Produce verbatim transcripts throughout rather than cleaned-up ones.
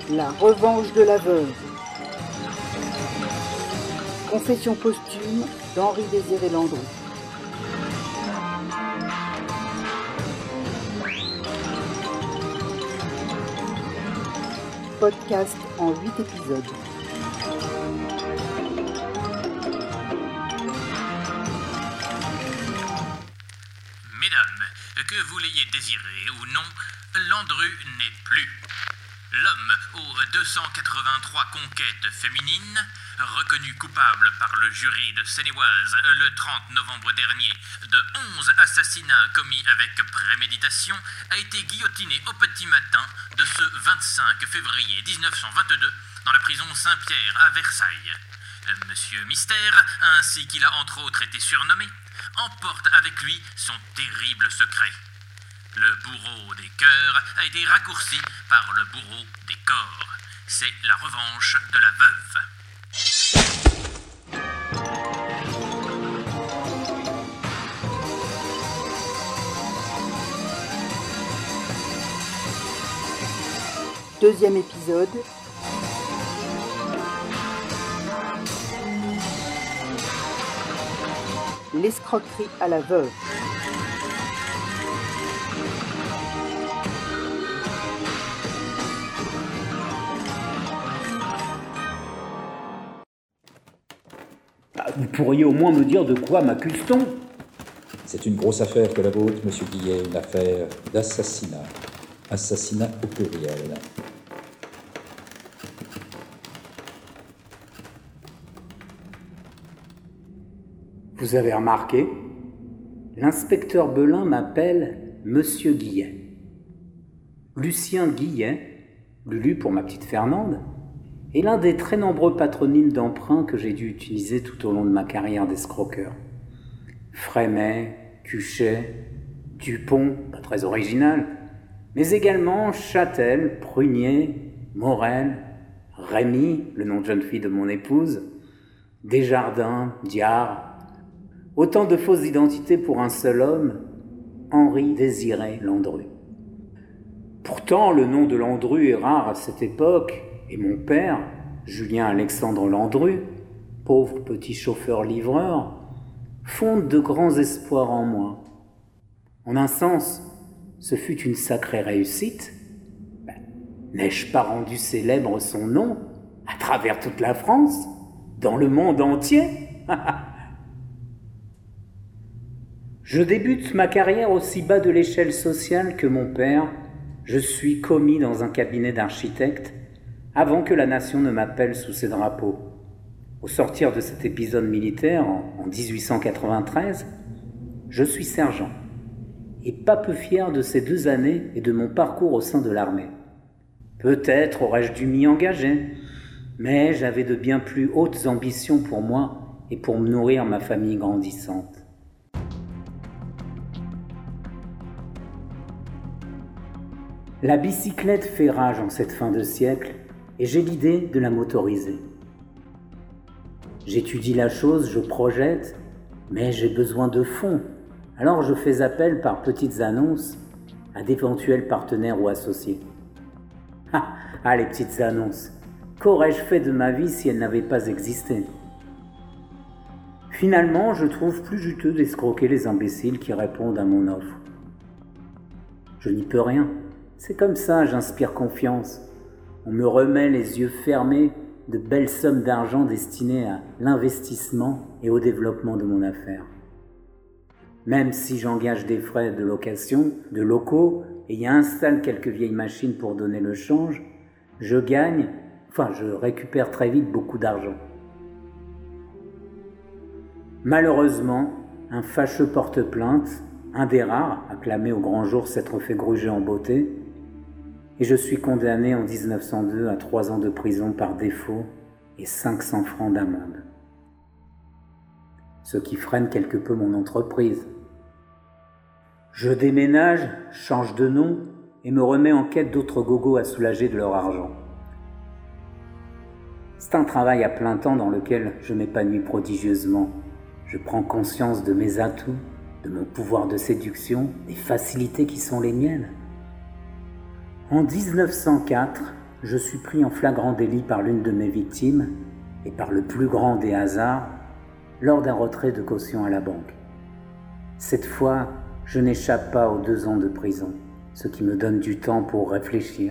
La revanche de la veuve. Confession posthume d'Henri Désiré Landru. Podcast en huit épisodes. Mesdames, que vous l'ayez désiré ou non, Landru n'est plus. L'homme aux deux cent quatre-vingt-trois conquêtes féminines, reconnu coupable par le jury de Seine-et-Oise le trente novembre dernier de onze assassinats commis avec préméditation, a été guillotiné au petit matin de ce vingt-cinq février mille neuf cent vingt-deux dans la prison Saint-Pierre à Versailles. Monsieur Mystère, ainsi qu'il a entre autres été surnommé, emporte avec lui son terrible secret. Le bourreau des cœurs a été raccourci par le bourreau des corps. C'est la revanche de la veuve. Deuxième épisode. L'escroquerie à la veuve. Vous pourriez au moins me dire de quoi m'accuse-t-on ? C'est une grosse affaire que la vôtre, monsieur Guillet, une affaire d'assassinat. Assassinat au pluriel. Vous avez remarqué ? L'inspecteur Belin m'appelle Monsieur Guillet. Lucien Guillet, Lulu pour ma petite Fernande, est l'un des très nombreux patronymes d'emprunt que j'ai dû utiliser tout au long de ma carrière d'escroqueur. Frémet, Cuchet, Dupont, pas très original, mais également Châtel, Prunier, Morel, Rémy, le nom de jeune fille de mon épouse, Desjardins, Diard, autant de fausses identités pour un seul homme, Henri Désiré Landru. Pourtant, le nom de Landru est rare à cette époque, et mon père, Julien Alexandre Landru, pauvre petit chauffeur-livreur, fonde de grands espoirs en moi. En un sens, ce fut une sacrée réussite. Ben, n'ai-je pas rendu célèbre son nom à travers toute la France, dans le monde entier ? Je débute ma carrière aussi bas de l'échelle sociale que mon père. Je suis commis dans un cabinet d'architecte avant que la nation ne m'appelle sous ses drapeaux. Au sortir de cet épisode militaire, en dix-huit cent quatre-vingt-treize, je suis sergent, et pas peu fier de ces deux années et de mon parcours au sein de l'armée. Peut-être aurais-je dû m'y engager, mais j'avais de bien plus hautes ambitions pour moi et pour me nourrir ma famille grandissante. La bicyclette fait rage en cette fin de siècle, et j'ai l'idée de la motoriser. J'étudie la chose, je projette, mais j'ai besoin de fonds. Alors je fais appel par petites annonces à d'éventuels partenaires ou associés. Ah, ah les petites annonces, qu'aurais-je fait de ma vie si elles n'avaient pas existé ? Finalement, je trouve plus juteux d'escroquer les imbéciles qui répondent à mon offre. Je n'y peux rien, c'est comme ça, j'inspire confiance. On me remet les yeux fermés de belles sommes d'argent destinées à l'investissement et au développement de mon affaire. Même si j'engage des frais de location, de locaux, et y installe quelques vieilles machines pour donner le change, je gagne, enfin je récupère très vite beaucoup d'argent. Malheureusement, un fâcheux porte-plainte, un des rares, acclamé au grand jour s'être fait gruger en beauté, et je suis condamné en dix-neuf cent deux à trois ans de prison par défaut et cinq cents francs d'amende. Ce qui freine quelque peu mon entreprise. Je déménage, change de nom et me remets en quête d'autres gogos à soulager de leur argent. C'est un travail à plein temps dans lequel je m'épanouis prodigieusement. Je prends conscience de mes atouts, de mon pouvoir de séduction, des facilités qui sont les miennes. En dix-neuf cent quatre, je suis pris en flagrant délit par l'une de mes victimes et par le plus grand des hasards lors d'un retrait de caution à la banque. Cette fois, je n'échappe pas aux deux ans de prison, ce qui me donne du temps pour réfléchir.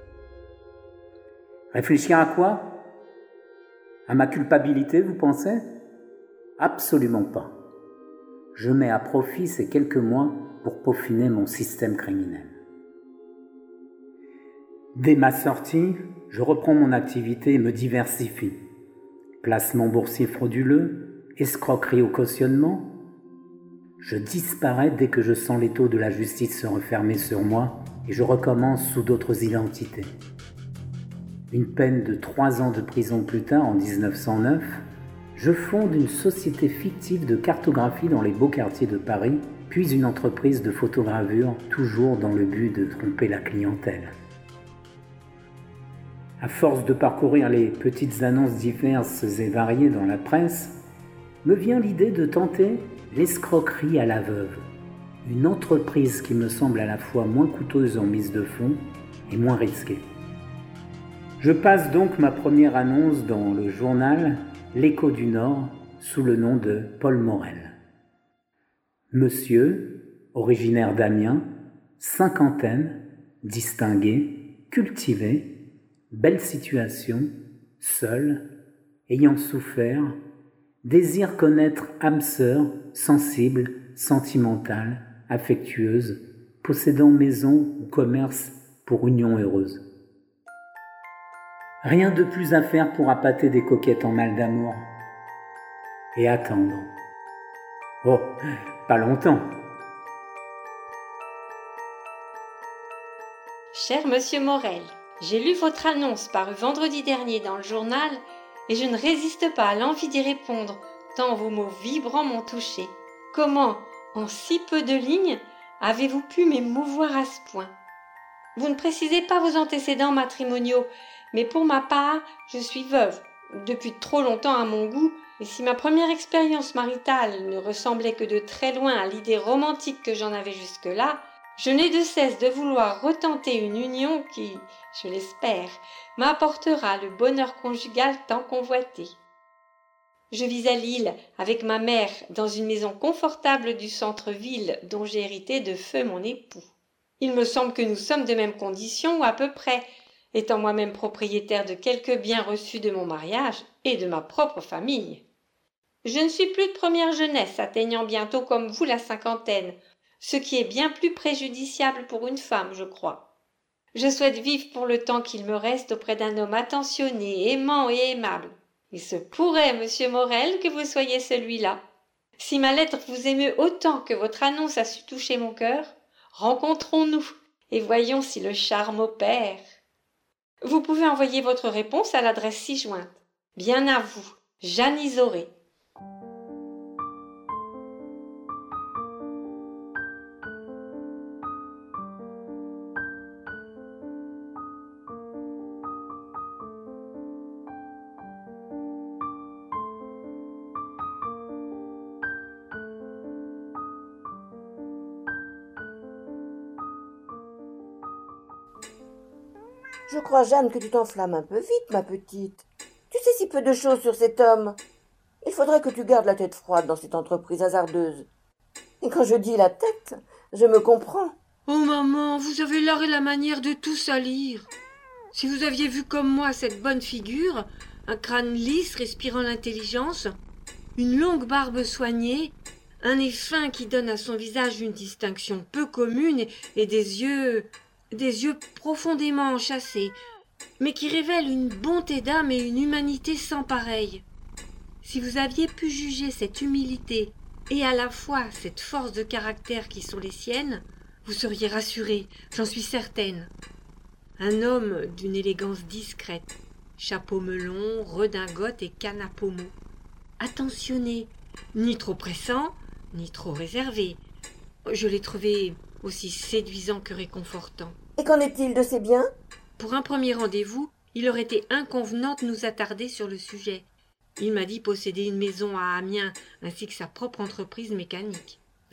Réfléchir à quoi? À ma culpabilité, vous pensez? Absolument pas. Je mets à profit ces quelques mois pour peaufiner mon système criminel. Dès ma sortie, je reprends mon activité et me diversifie. Placement boursier frauduleux, escroquerie au cautionnement. Je disparais dès que je sens l'étau de la justice se refermer sur moi et je recommence sous d'autres identités. Une peine de trois ans de prison plus tard, en dix-neuf cent neuf, je fonde une société fictive de cartographie dans les beaux quartiers de Paris, puis une entreprise de photogravure, toujours dans le but de tromper la clientèle. À force de parcourir les petites annonces diverses et variées dans la presse, me vient l'idée de tenter l'escroquerie à la veuve, une entreprise qui me semble à la fois moins coûteuse en mise de fonds et moins risquée. Je passe donc ma première annonce dans le journal L'Écho du Nord sous le nom de Paul Morel. Monsieur, originaire d'Amiens, cinquantaine, distingué, cultivé, belle situation, seul, ayant souffert, désire connaître âme sœur, sensible, sentimentale, affectueuse, possédant maison ou commerce pour union heureuse. Rien de plus à faire pour appâter des coquettes en mal d'amour. Et attendre. Oh, pas longtemps. Cher Monsieur Morel, j'ai lu votre annonce parue vendredi dernier dans le journal et je ne résiste pas à l'envie d'y répondre, tant vos mots vibrants m'ont touché. Comment, en si peu de lignes, avez-vous pu m'émouvoir à ce point? Vous ne précisez pas vos antécédents matrimoniaux, mais pour ma part, je suis veuve, depuis trop longtemps à mon goût, et si ma première expérience maritale ne ressemblait que de très loin à l'idée romantique que j'en avais jusque-là, je n'ai de cesse de vouloir retenter une union qui, je l'espère, m'apportera le bonheur conjugal tant convoité. Je vis à Lille avec ma mère dans une maison confortable du centre-ville dont j'ai hérité de feu mon époux. Il me semble que nous sommes de même condition ou à peu près, étant moi-même propriétaire de quelques biens reçus de mon mariage et de ma propre famille. Je ne suis plus de première jeunesse, atteignant bientôt comme vous la cinquantaine, ce qui est bien plus préjudiciable pour une femme, je crois. Je souhaite vivre pour le temps qu'il me reste auprès d'un homme attentionné, aimant et aimable. Il se pourrait, monsieur Morel, que vous soyez celui-là. Si ma lettre vous émeut autant que votre annonce a su toucher mon cœur, rencontrons-nous et voyons si le charme opère. Vous pouvez envoyer votre réponse à l'adresse ci-jointe. Bien à vous, Jeanne Isoré. Je crois, Jeanne, que tu t'enflammes un peu vite, ma petite. Tu sais si peu de choses sur cet homme. Il faudrait que tu gardes la tête froide dans cette entreprise hasardeuse. Et quand je dis la tête, je me comprends. Oh maman, vous avez l'art et la manière de tout salir. Si vous aviez vu comme moi cette bonne figure, un crâne lisse respirant l'intelligence, une longue barbe soignée, un nez fin qui donne à son visage une distinction peu commune et des yeux... des yeux profondément enchâssés, mais qui révèlent une bonté d'âme et une humanité sans pareille. Si vous aviez pu juger cette humilité et à la fois cette force de caractère qui sont les siennes, vous seriez rassurée, j'en suis certaine. Un homme d'une élégance discrète, chapeau melon, redingote et canne à pommeau. Attentionné, ni trop pressant, ni trop réservé. Je l'ai trouvé aussi séduisant que réconfortant. Et qu'en est-il de ses biens? Pour un premier rendez-vous, il aurait été inconvenant de nous attarder sur le sujet. Il m'a dit posséder une maison à Amiens, ainsi que sa propre entreprise mécanique.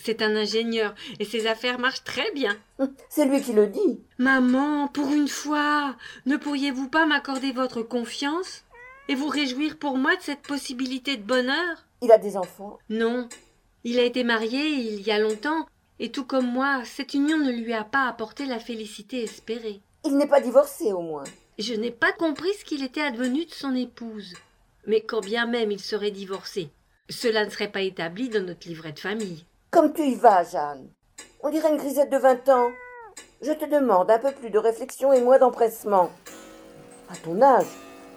C'est un ingénieur et ses affaires marchent très bien. C'est lui qui le dit. Maman, pour une fois, ne pourriez-vous pas m'accorder votre confiance et vous réjouir pour moi de cette possibilité de bonheur? Il a des enfants? Non. Il a été marié il y a longtemps et tout comme moi, cette union ne lui a pas apporté la félicité espérée. Il n'est pas divorcé au moins. Je n'ai pas compris ce qu'il était advenu de son épouse. Mais quand bien même il serait divorcé, cela ne serait pas établi dans notre livret de famille. Comme tu y vas, Jeanne. On dirait une grisette de vingt ans. Je te demande un peu plus de réflexion et moins d'empressement. À ton âge.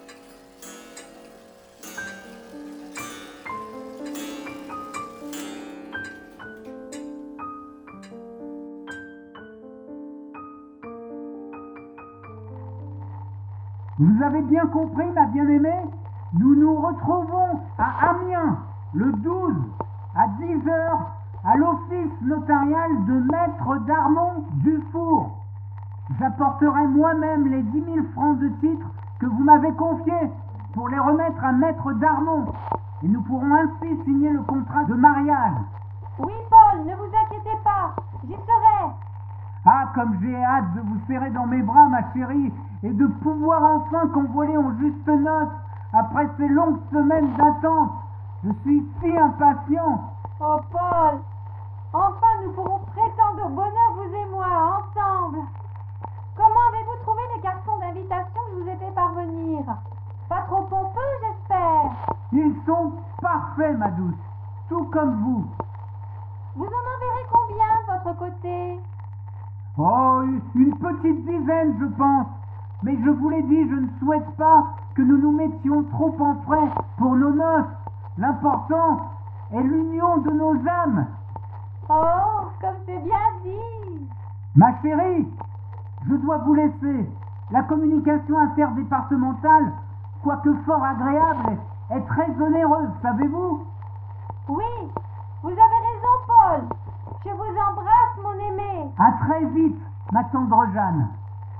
Vous avez bien compris, ma bien-aimée? Nous nous retrouvons à Amiens, le douze, à dix heures, à l'office notarial de Maître Darmon Dufour. J'apporterai moi-même les dix mille francs de titre que vous m'avez confiés pour les remettre à Maître Darmon. Et nous pourrons ainsi signer le contrat de mariage. Oui, Paul, ne vous inquiétez pas, j'y serai. Ah, comme j'ai hâte de vous serrer dans mes bras, ma chérie, et de pouvoir enfin convoler en juste noces après ces longues semaines d'attente. Je suis si impatient. Oh, Paul, enfin nous pourrons prétendre au bonheur, vous et moi, ensemble. Comment avez-vous trouvé les cartons d'invitation que je vous ai fait parvenir? Pas trop pompeux, j'espère. Ils sont parfaits, ma douce, tout comme vous. Vous en enverrez combien de votre côté? Oh, une petite dizaine, je pense. Mais je vous l'ai dit, je ne souhaite pas que nous nous mettions trop en frais pour nos noces. L'important est l'union de nos âmes. Oh, comme c'est bien dit. Ma chérie, je dois vous laisser. La communication interdépartementale, quoique fort agréable, est très onéreuse, savez-vous? Oui, vous avez raison, Paul. Je vous embrasse, mon aimé. À très vite, ma tendre Jeanne.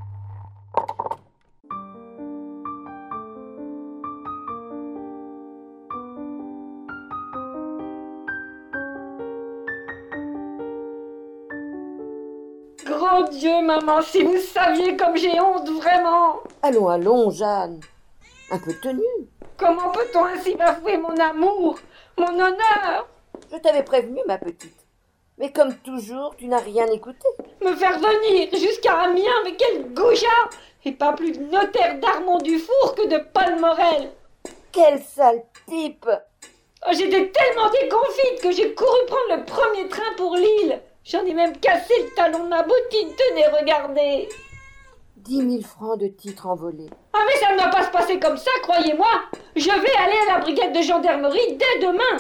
Grand Dieu, maman, si vous saviez comme j'ai honte, vraiment! Allons, allons, Jeanne. Un peu tenue. Comment peut-on ainsi bafouer mon amour, mon honneur? Je t'avais prévenue, ma petite. Mais comme toujours, tu n'as rien écouté. Me faire venir jusqu'à Amiens, mais quel goujat! Et pas plus de notaire d'Armand Dufour que de Paul Morel. Quel sale type! Oh, j'étais tellement déconfite que j'ai couru prendre le premier train pour Lille. J'en ai même cassé le talon de ma bottine, tenez, regardez. Dix mille francs de titres envolés. Ah mais ça ne va pas se passer comme ça, croyez-moi. Je vais aller à la brigade de gendarmerie dès demain.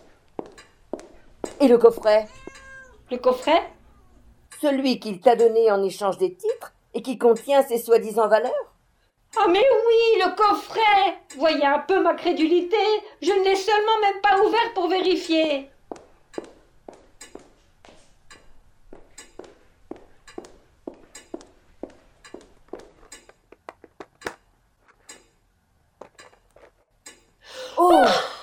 Et le coffret? Le coffret? Celui qu'il t'a donné en échange des titres et qui contient ses soi-disant valeurs? Ah mais oui, le coffret! Voyez un peu ma crédulité, je ne l'ai seulement même pas ouvert pour vérifier. Oh!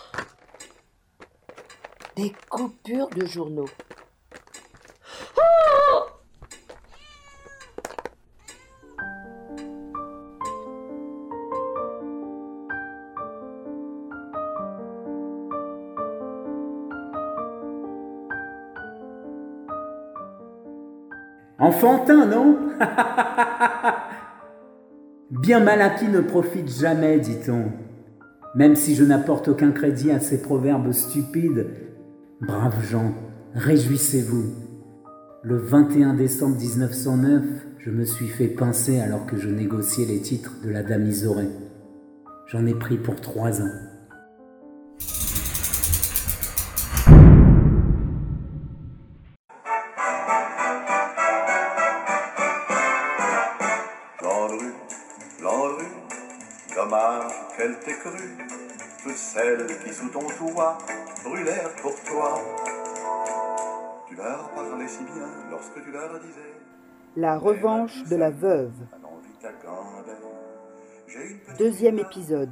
Des coupures de journaux. Oh! Enfantin, non? Bien mal acquis ne profite jamais, dit-on. Même si je n'apporte aucun crédit à ces proverbes stupides, braves gens, réjouissez-vous. Le vingt et un décembre mille neuf cent neuf, je me suis fait pincer alors que je négociais les titres de la dame Isoré. J'en ai pris pour trois ans. Landru, Landru, dommage qu'elle t'ait cru. Toutes celles qui sous ton toit brûlèrent pour toi. Tu leur parlais si bien lorsque tu leur disais La revanche de la veuve. Deuxième épisode.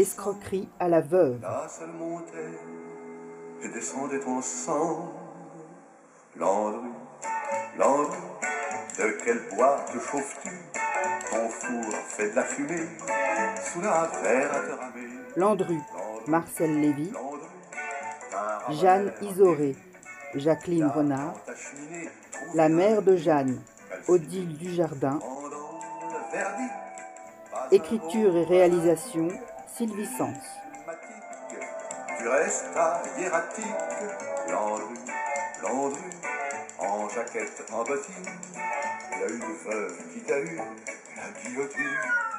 L'escroquerie à la veuve. La seule montait et descendait ensemble. Landru, Landru, de quel bois te chauffes-tu? Ton four fait de la fumée, sous la verre à te ramer. Landru, Marcel Lévy. Landru, ta Jeanne ramère Isoré, Jacqueline Renard. ta cheminée, trouve La mère de Jeanne, Odile Dujardin. pendant le verdict. Pas Écriture et réalisation, Sylvie Sens. mathématique, tu restes à hiératique. Landru, Landru, en jaquette, en bottine, il y a une veuve qui t'a eu, la guillotine.